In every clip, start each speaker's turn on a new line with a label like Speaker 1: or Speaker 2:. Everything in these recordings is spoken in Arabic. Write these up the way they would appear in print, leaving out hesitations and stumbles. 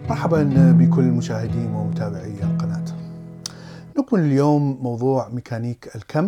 Speaker 1: مرحبا بكل مشاهدين ومتابعي القناة. نكمل اليوم موضوع ميكانيك الكم،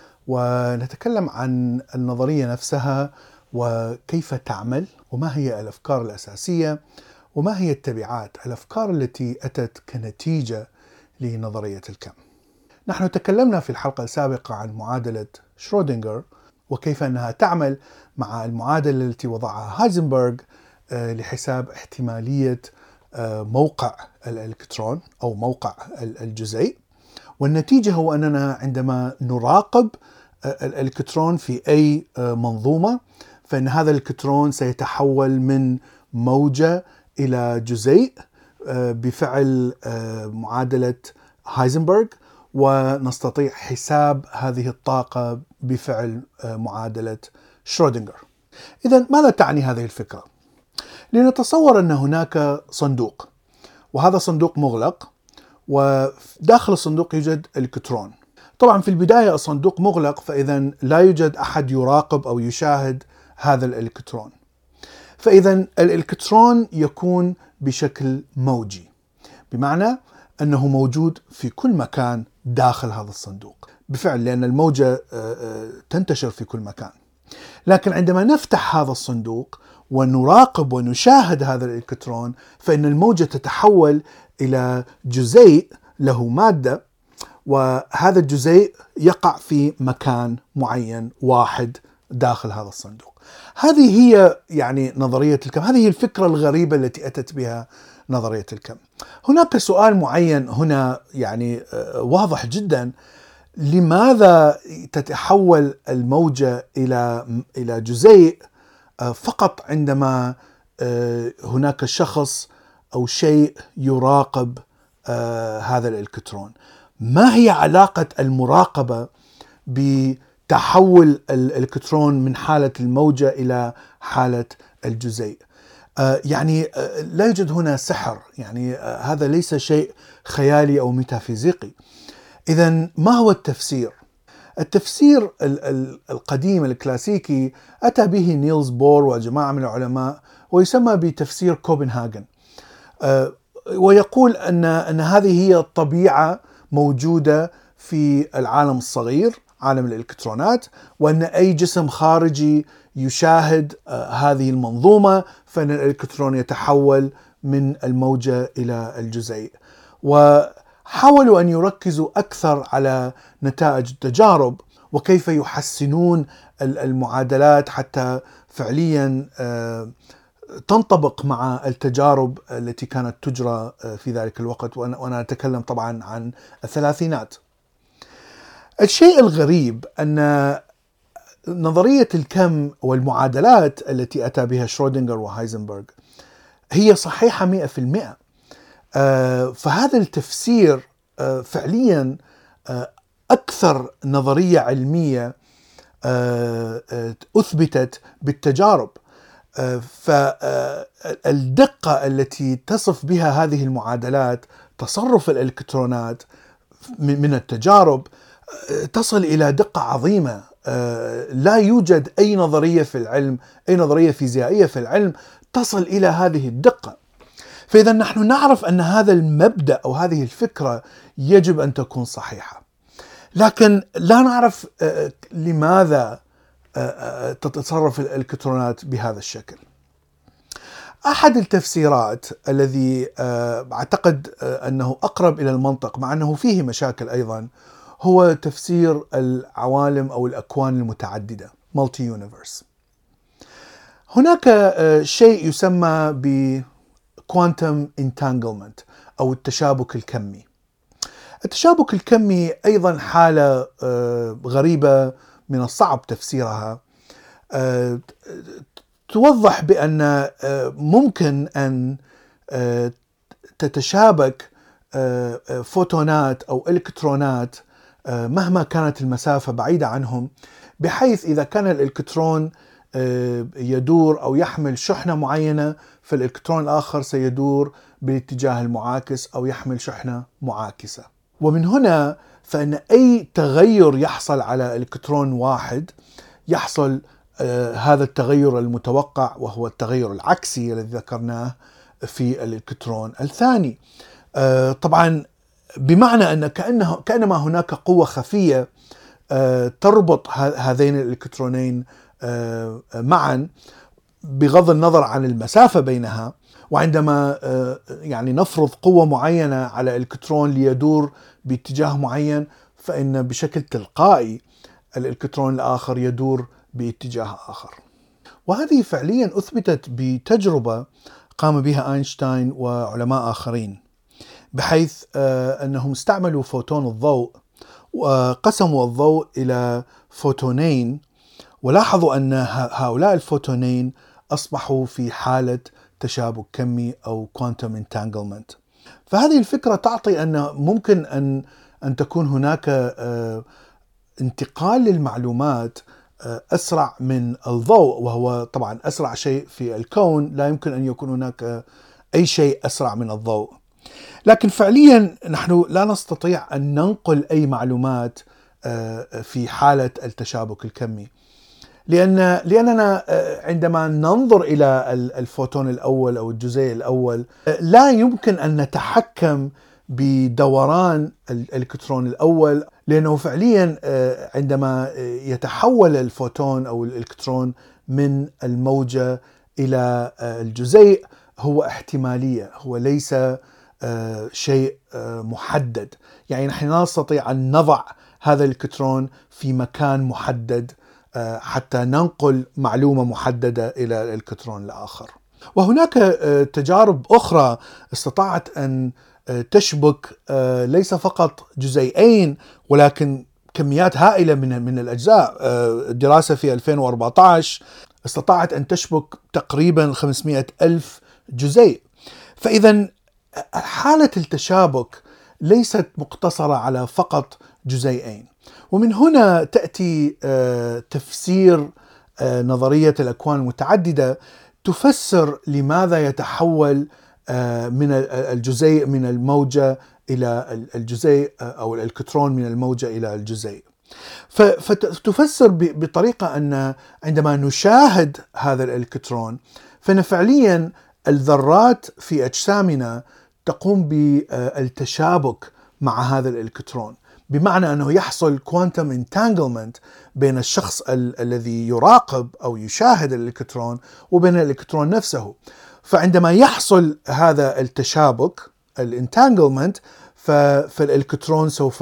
Speaker 1: ونتكلم عن النظرية نفسها وكيف تعمل، وما هي الأفكار الأساسية، وما هي التبعات الأفكار التي أتت كنتيجة لنظرية الكم. نحن تكلمنا في الحلقة السابقة عن معادلة شرودنجر وكيف أنها تعمل مع المعادلة التي وضعها هايزنبرغ لحساب احتمالية موقع الإلكترون أو موقع الجزيء. والنتيجة هو أننا عندما نراقب الإلكترون في أي منظومة، فإن هذا الإلكترون سيتحول من موجة إلى جزيء بفعل معادلة هايزنبرغ، ونستطيع حساب هذه الطاقة بفعل معادلة شرودنجر. إذن ماذا تعني هذه الفكرة؟ لنتصور أن هناك صندوق، وهذا صندوق مغلق، وداخل الصندوق يوجد إلكترون. طبعا في البداية الصندوق مغلق، فإذا لا يوجد أحد يراقب أو يشاهد هذا الإلكترون، فإذا الإلكترون يكون بشكل موجي، بمعنى أنه موجود في كل مكان داخل هذا الصندوق بفعل، لأن الموجة تنتشر في كل مكان. لكن عندما نفتح هذا الصندوق ونراقب ونشاهد هذا الإلكترون، فإن الموجة تتحول إلى جزيء له مادة، وهذا الجزيء يقع في مكان معين واحد داخل هذا الصندوق. هذه هي يعني نظرية الكم، هذه الفكرة الغريبة التي أتت بها نظرية الكم. هناك سؤال معين هنا يعني واضح جدا: لماذا تتحول الموجة إلى جزيء فقط عندما هناك شخص أو شيء يراقب هذا الإلكترون؟ ما هي علاقة المراقبة بتحول الإلكترون من حالة الموجة إلى حالة الجزيء؟ يعني لا يوجد هنا سحر، يعني هذا ليس شيء خيالي أو ميتافيزيقي. إذن ما هو التفسير؟ التفسير القديم الكلاسيكي أتى به نيلز بور وجماعة من العلماء، ويسمى بتفسير كوبنهاجن، ويقول أن هذه هي الطبيعة موجودة في العالم الصغير، عالم الإلكترونات، وأن أي جسم خارجي يشاهد هذه المنظومة فإن الإلكترون يتحول من الموجة إلى الجزيء. وحاولوا أن يركزوا أكثر على نتائج التجارب وكيف يحسنون المعادلات حتى فعليا تنطبق مع التجارب التي كانت تجرى في ذلك الوقت، وأنا أتكلم طبعا عن الثلاثينات. الشيء الغريب أن نظرية الكم والمعادلات التي أتى بها شرودنجر وهايزنبرغ هي صحيحة 100%. فهذا التفسير فعليا أكثر نظرية علمية أثبتت بالتجارب. فالدقة التي تصف بها هذه المعادلات تصرف الإلكترونات من التجارب تصل إلى دقة عظيمة. لا يوجد أي نظرية في العلم، أي نظرية فيزيائية في العلم تصل إلى هذه الدقة. فإذا نحن نعرف أن هذا المبدأ أو هذه الفكرة يجب أن تكون صحيحة، لكن لا نعرف لماذا تتصرف الإلكترونات بهذا الشكل. أحد التفسيرات الذي أعتقد أنه أقرب إلى المنطق، مع أنه فيه مشاكل أيضا، هو تفسير العوالم أو الأكوان المتعددة multi universe. هناك شيء يسمى ب quantum entanglement أو التشابك الكمي. التشابك الكمي أيضا حالة غريبة من الصعب تفسيرها. توضح بأن ممكن أن تتشابك فوتونات أو إلكترونات مهما كانت المسافة بعيدة عنهم، بحيث إذا كان الإلكترون يدور أو يحمل شحنة معينة، فالإلكترون الآخر سيدور بالاتجاه المعاكس أو يحمل شحنة معاكسة. ومن هنا فإن أي تغير يحصل على إلكترون واحد يحصل هذا التغير المتوقع، وهو التغير العكسي الذي ذكرناه، في الإلكترون الثاني. طبعا بمعنى أن كأنما هناك قوة خفية تربط هذين الإلكترونين معا بغض النظر عن المسافة بينها. وعندما يعني نفرض قوة معينة على الإلكترون ليدور باتجاه معين، فإن بشكل تلقائي الإلكترون الآخر يدور باتجاه آخر. وهذه فعليا أثبتت بتجربة قام بها أينشتاين وعلماء آخرين، بحيث أنهم استعملوا فوتون الضوء وقسموا الضوء إلى فوتونين، ولاحظوا أن هؤلاء الفوتونين أصبحوا في حالة تشابك كمي أو quantum entanglement. فهذه الفكرة تعطي أن ممكن أن تكون هناك انتقال للمعلومات أسرع من الضوء، وهو طبعا أسرع شيء في الكون، لا يمكن أن يكون هناك أي شيء أسرع من الضوء. لكن فعليا نحن لا نستطيع أن ننقل أي معلومات في حالة التشابك الكمي، لأننا عندما ننظر إلى الفوتون الأول أو الجزيء الأول لا يمكن أن نتحكم بدوران الإلكترون الأول، لأنه فعليا عندما يتحول الفوتون أو الإلكترون من الموجة إلى الجزيء هو احتمالية، هو ليس شيء محدد. يعني نحن لا نستطيع أن نضع هذا الإلكترون في مكان محدد حتى ننقل معلومة محددة إلى الإلكترون الآخر. وهناك تجارب أخرى استطاعت أن تشبك ليس فقط جزيئين ولكن كميات هائلة من الأجزاء. دراسة في 2014 استطاعت أن تشبك تقريبا 500 ألف جزيء. فإذا حالة التشابك ليست مقتصرة على فقط جزيئين. ومن هنا تأتي تفسير نظرية الأكوان المتعددة تفسر لماذا يتحول من الجزيء من الموجة إلى الجزيء أو الإلكترون من الموجة إلى الجزيء. فتفسر بطريقة أن عندما نشاهد هذا الإلكترون فإن فعليا الذرات في أجسامنا تقوم بالتشابك مع هذا الإلكترون، بمعنى أنه يحصل quantum entanglement بين الشخص الذي يراقب أو يشاهد الإلكترون وبين الإلكترون نفسه. فعندما يحصل هذا التشابك الانتانجلمنت فالإلكترون سوف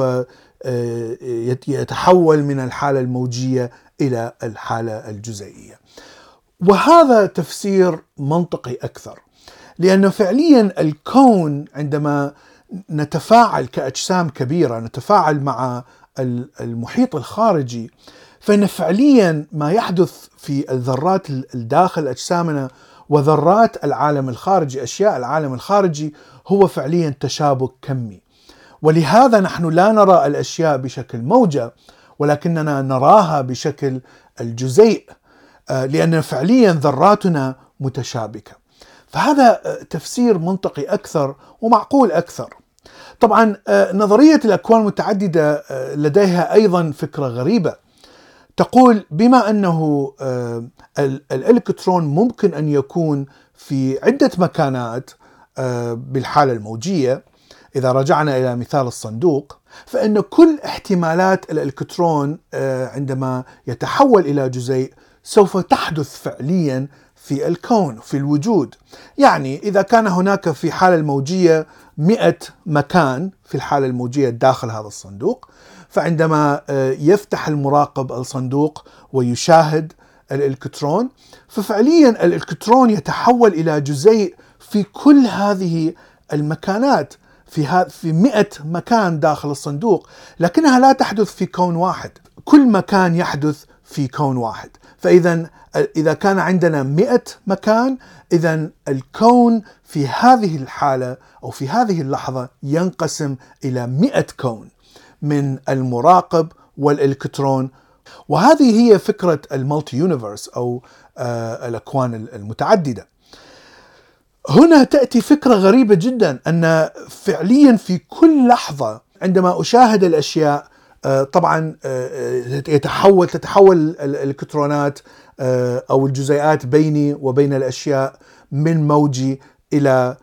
Speaker 1: يتحول من الحالة الموجية إلى الحالة الجزيئية. وهذا تفسير منطقي أكثر، لأنه فعليا الكون عندما نتفاعل كأجسام كبيرة نتفاعل مع المحيط الخارجي، فإن فعليا ما يحدث في الذرات الداخل أجسامنا وذرات العالم الخارجي، أشياء العالم الخارجي، هو فعليا تشابك كمي. ولهذا نحن لا نرى الأشياء بشكل موجة ولكننا نراها بشكل الجزيء، لأن فعليا ذراتنا متشابكة. فهذا تفسير منطقي أكثر ومعقول أكثر. طبعا نظرية الأكوان المتعددة لديها أيضا فكرة غريبة، تقول بما أنه الإلكترون ممكن أن يكون في عدة مكانات بالحالة الموجية، إذا رجعنا إلى مثال الصندوق، فإن كل احتمالات الإلكترون عندما يتحول إلى جزيء سوف تحدث فعليا في الكون في الوجود. يعني إذا كان هناك في حالة الموجية 100 مكان في الحالة الموجية داخل هذا الصندوق، فعندما يفتح المراقب الصندوق ويشاهد الإلكترون ففعليا الإلكترون يتحول إلى جزيء في كل هذه المكانات، في 100 مكان داخل الصندوق، لكنها لا تحدث في كون واحد، كل مكان يحدث في كون واحد. فإذا إذا كان عندنا 100 مكان، إذا الكون في هذه الحالة أو في هذه اللحظة ينقسم إلى 100 كون من المراقب والإلكترون. وهذه هي فكرة المالتي يونيفرس أو الأكوان المتعددة. هنا تأتي فكرة غريبة جدا، أن فعليا في كل لحظة عندما أشاهد الأشياء طبعا تتحول الإلكترونات أو الجزيئات بيني وبين الأشياء من موجي إلى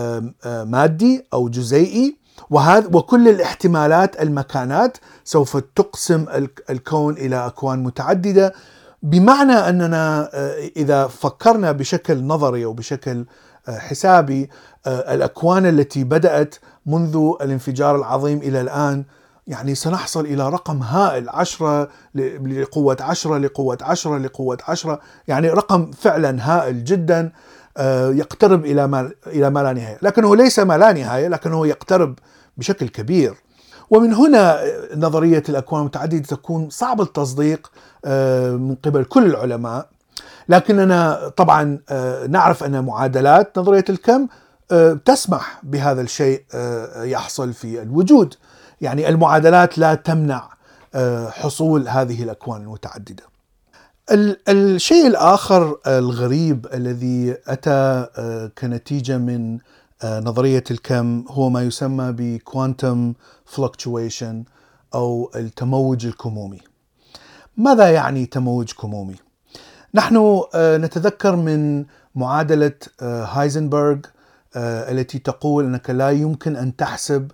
Speaker 1: مادي أو جزيئي، وكل الاحتمالات المكانات سوف تقسم الكون إلى أكوان متعددة، بمعنى أننا إذا فكرنا بشكل نظري أو بشكل حسابي الأكوان التي بدأت منذ الانفجار العظيم إلى الآن، يعني سنحصل إلى رقم هائل، 10 لقوة 10 لقوة 10 لقوة 10، يعني رقم فعلا هائل جدا يقترب إلى ما لا نهاية، لكنه ليس ما لا نهاية، لكنه يقترب بشكل كبير. ومن هنا نظرية الأكوان المتعددة تكون صعب التصديق من قبل كل العلماء، لكننا طبعا نعرف أن معادلات نظرية الكم تسمح بهذا الشيء يحصل في الوجود، يعني المعادلات لا تمنع حصول هذه الأكوان المتعددة. الشيء الآخر الغريب الذي أتى كنتيجة من نظرية الكم هو ما يسمى بكوانتم فلكتويشن أو التموج الكمومي. ماذا يعني تموج كمومي؟ نحن نتذكر من معادلة هايزنبرغ التي تقول أنك لا يمكن أن تحسب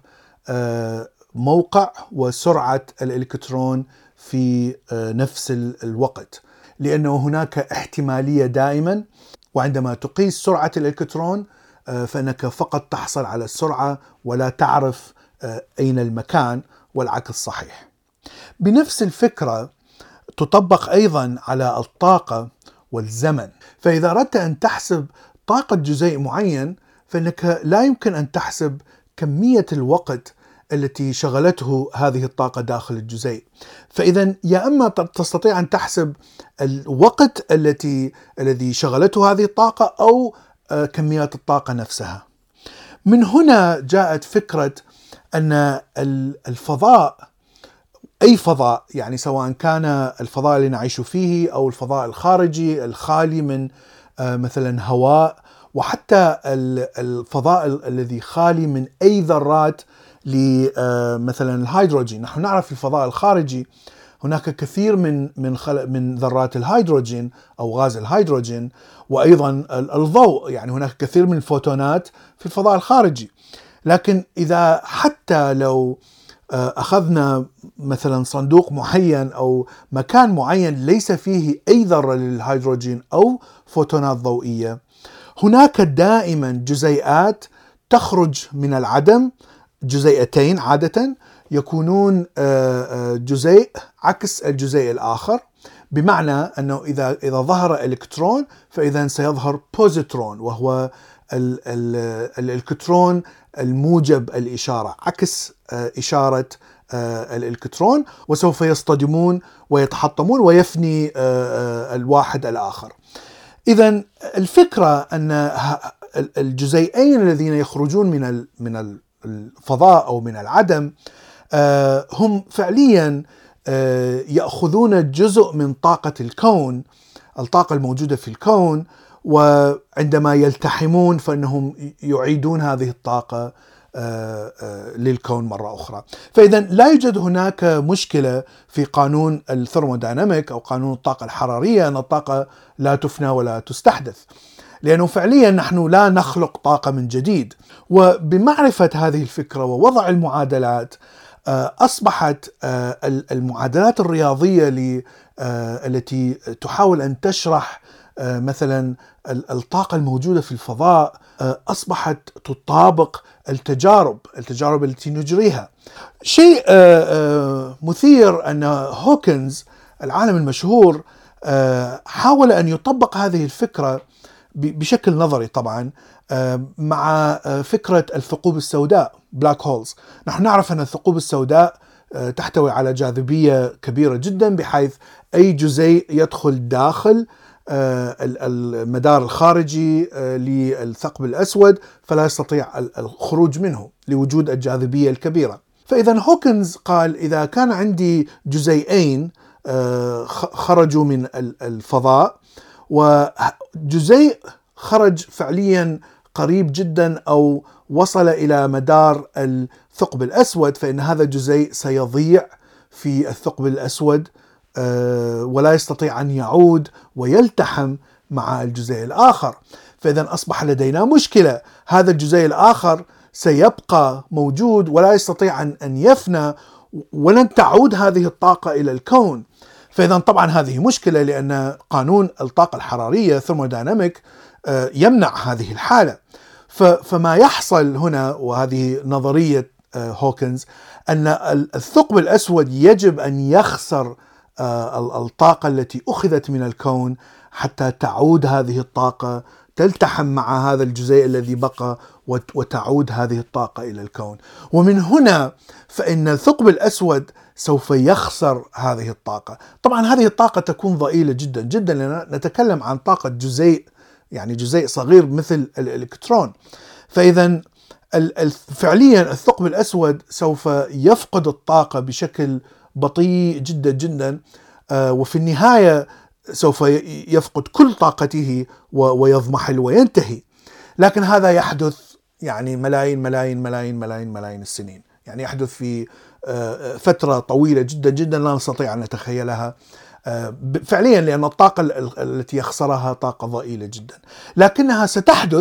Speaker 1: موقع وسرعة الإلكترون في نفس الوقت، لأنه هناك احتمالية دائما، وعندما تقيس سرعة الإلكترون فإنك فقط تحصل على السرعة ولا تعرف أين المكان، والعكس صحيح. بنفس الفكرة تطبق أيضا على الطاقة والزمن، فإذا أردت أن تحسب طاقة جزيء معين فإنك لا يمكن أن تحسب كمية الوقت التي شغلته هذه الطاقة داخل الجزيء، فإذا يا أما تستطيع أن تحسب الوقت الذي شغلته هذه الطاقة أو كميات الطاقة نفسها. من هنا جاءت فكرة أن الفضاء، أي فضاء، يعني سواء كان الفضاء اللي نعيش فيه أو الفضاء الخارجي الخالي من مثلا هواء، وحتى الفضاء الذي خالي من أي ذرات لمثلا الهيدروجين. نحن نعرف في الفضاء الخارجي هناك كثير من ذرات الهيدروجين أو غاز الهيدروجين، وأيضا الضوء، يعني هناك كثير من الفوتونات في الفضاء الخارجي. لكن إذا حتى لو أخذنا مثلا صندوق معين أو مكان معين ليس فيه أي ذرة للهيدروجين أو فوتونات ضوئية، هناك دائما جزيئات تخرج من العدم، جزيئتين عادة يكونون جزيء عكس الجزيء الآخر، بمعنى أنه إذا ظهر إلكترون فإذا سيظهر بوزيترون، وهو الإلكترون الموجب الإشارة عكس إشارة الإلكترون، وسوف يصطدمون ويتحطمون ويفني الواحد الآخر. إذن الفكرة أن الجزيئين الذين يخرجون من الفضاء أو من العدم هم فعليا يأخذون جزء من طاقة الكون، الطاقة الموجودة في الكون، وعندما يلتحمون فإنهم يعيدون هذه الطاقة للكون مرة أخرى. فإذا لا يوجد هناك مشكلة في قانون الثرموديناميك أو قانون الطاقة الحرارية أن الطاقة لا تفنى ولا تستحدث، لأنه فعليا نحن لا نخلق طاقة من جديد. وبمعرفة هذه الفكرة ووضع المعادلات أصبحت المعادلات الرياضية التي تحاول أن تشرح مثلا الطاقة الموجودة في الفضاء أصبحت تطابق التجارب التي نجريها. شيء مثير أن هوكنز العالم المشهور حاول أن يطبق هذه الفكرة بشكل نظري طبعا مع فكرة الثقوب السوداء بلاك هولز. نحن نعرف أن الثقوب السوداء تحتوي على جاذبية كبيرة جدا، بحيث أي جزيء يدخل داخل المدار الخارجي للثقب الأسود فلا يستطيع الخروج منه لوجود الجاذبية الكبيرة. فإذا هوكنز قال إذا كان عندي جزيئين خرجوا من الفضاء وجزيء خرج فعليا قريب جدا أو وصل إلى مدار الثقب الأسود، فإن هذا الجزيء سيضيع في الثقب الأسود ولا يستطيع أن يعود ويلتحم مع الجزيء الآخر. فإذا أصبح لدينا مشكلة، هذا الجزيء الآخر سيبقى موجود ولا يستطيع أن يفنى، ولن تعود هذه الطاقة إلى الكون. فإذا طبعا هذه مشكلة، لأن قانون الطاقة الحرارية ثيرمودايناميك يمنع هذه الحالة. فما يحصل هنا، وهذه نظرية هوكنز، أن الثقب الأسود يجب أن يخسر الطاقة التي أخذت من الكون حتى تعود هذه الطاقة تلتحم مع هذا الجزيء الذي بقى وتعود هذه الطاقة إلى الكون. ومن هنا فإن الثقب الأسود سوف يخسر هذه الطاقة. طبعا هذه الطاقة تكون ضئيلة جدا جدا، لأن نتكلم عن طاقة جزيء، يعني جزيء صغير مثل الإلكترون. فإذا فعليا الثقب الأسود سوف يفقد الطاقة بشكل بطيء جدا جدا، وفي النهاية سوف يفقد كل طاقته ويضمحل وينتهي. لكن هذا يحدث يعني ملايين ملايين ملايين ملايين ملايين السنين، يعني يحدث في فترة طويلة جدا جدا لا نستطيع أن نتخيلها فعليا، لأن الطاقة التي يخسرها طاقة ضئيلة جدا. لكنها ستحدث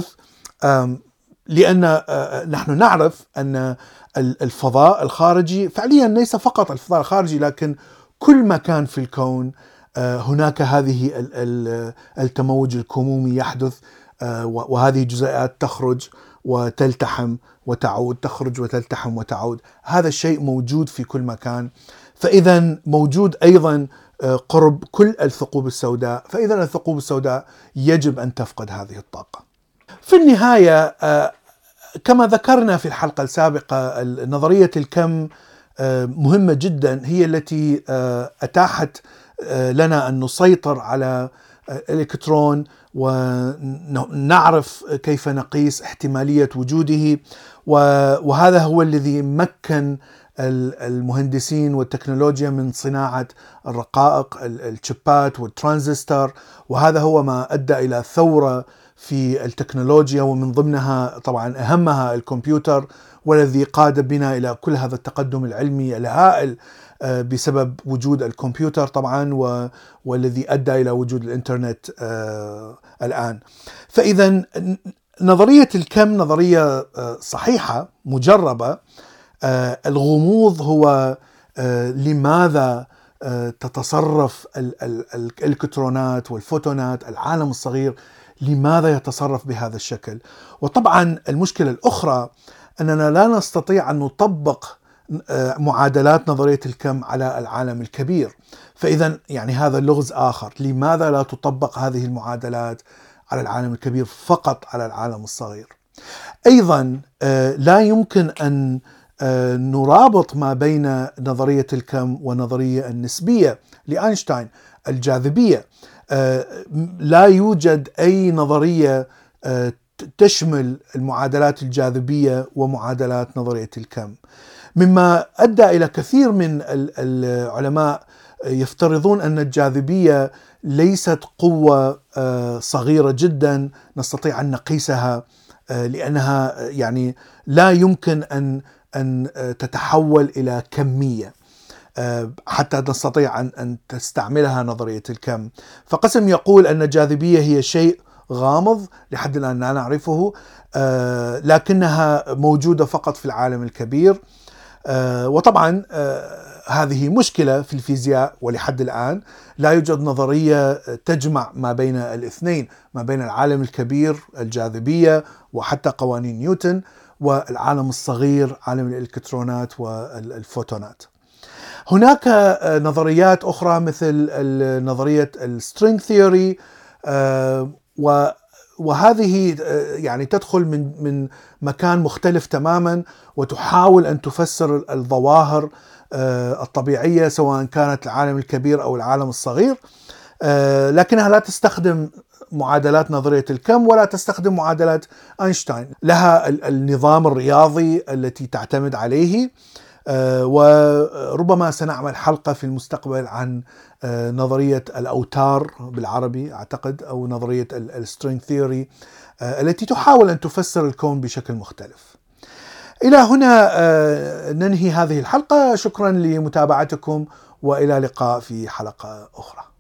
Speaker 1: لأن نحن نعرف أن الفضاء الخارجي فعليا ليس فقط الفضاء الخارجي، لكن كل مكان في الكون هناك هذه التموج الكمومي يحدث، وهذه الجزيئات تخرج وتلتحم وتعود، تخرج وتلتحم وتعود. هذا الشيء موجود في كل مكان. فإذا موجود أيضا قرب كل الثقوب السوداء، فإذا الثقوب السوداء يجب أن تفقد هذه الطاقة. في النهاية كما ذكرنا في الحلقة السابقة، نظرية الكم مهمة جدا، هي التي أتاحت لنا أن نسيطر على الإلكترون ونعرف كيف نقيس احتمالية وجوده. وهذا هو الذي مكن المهندسين والتكنولوجيا من صناعة الرقائق، الشيبات والترانزستور، وهذا هو ما أدى إلى ثورة في التكنولوجيا، ومن ضمنها طبعا أهمها الكمبيوتر، والذي قاد بنا إلى كل هذا التقدم العلمي الهائل بسبب وجود الكمبيوتر طبعا، والذي أدى إلى وجود الإنترنت الآن. فإذا نظرية الكم نظرية صحيحة مجربة. الغموض هو لماذا تتصرف الإلكترونات والفوتونات، العالم الصغير، لماذا يتصرف بهذا الشكل؟ وطبعا المشكلة الأخرى أننا لا نستطيع أن نطبق معادلات نظرية الكم على العالم الكبير. فإذا يعني هذا لغز آخر، لماذا لا تطبق هذه المعادلات على العالم الكبير، فقط على العالم الصغير؟ أيضا لا يمكن أن نرابط ما بين نظرية الكم ونظرية النسبية لأينشتاين، الجاذبية. لا يوجد أي نظرية تشمل المعادلات الجاذبية ومعادلات نظرية الكم، مما أدى إلى كثير من العلماء يفترضون أن الجاذبية ليست قوة صغيرة جدا نستطيع أن نقيسها، لأنها يعني لا يمكن أن تتحول إلى كمية حتى نستطيع أن تستعملها نظرية الكم. فقسم يقول أن الجاذبية هي شيء غامض لحد الآن لا نعرفه، لكنها موجودة فقط في العالم الكبير. وطبعا هذه مشكلة في الفيزياء، ولحد الآن لا يوجد نظرية تجمع ما بين الاثنين، ما بين العالم الكبير الجاذبية وحتى قوانين نيوتن، والعالم الصغير عالم الإلكترونات والفوتونات. هناك نظريات أخرى مثل نظرية السترينج ثيوري، وهذه يعني تدخل من مكان مختلف تماما، وتحاول أن تفسر الظواهر الطبيعية سواء كانت العالم الكبير أو العالم الصغير، لكنها لا تستخدم معادلات نظرية الكم ولا تستخدم معادلات أينشتاين. لها النظام الرياضي التي تعتمد عليه. وربما سنعمل حلقة في المستقبل عن نظرية الأوتار بالعربي أعتقد، أو نظرية السترينج ثيوري التي تحاول أن تفسر الكون بشكل مختلف. إلى هنا ننهي هذه الحلقة. شكرا لمتابعتكم، وإلى لقاء في حلقة أخرى.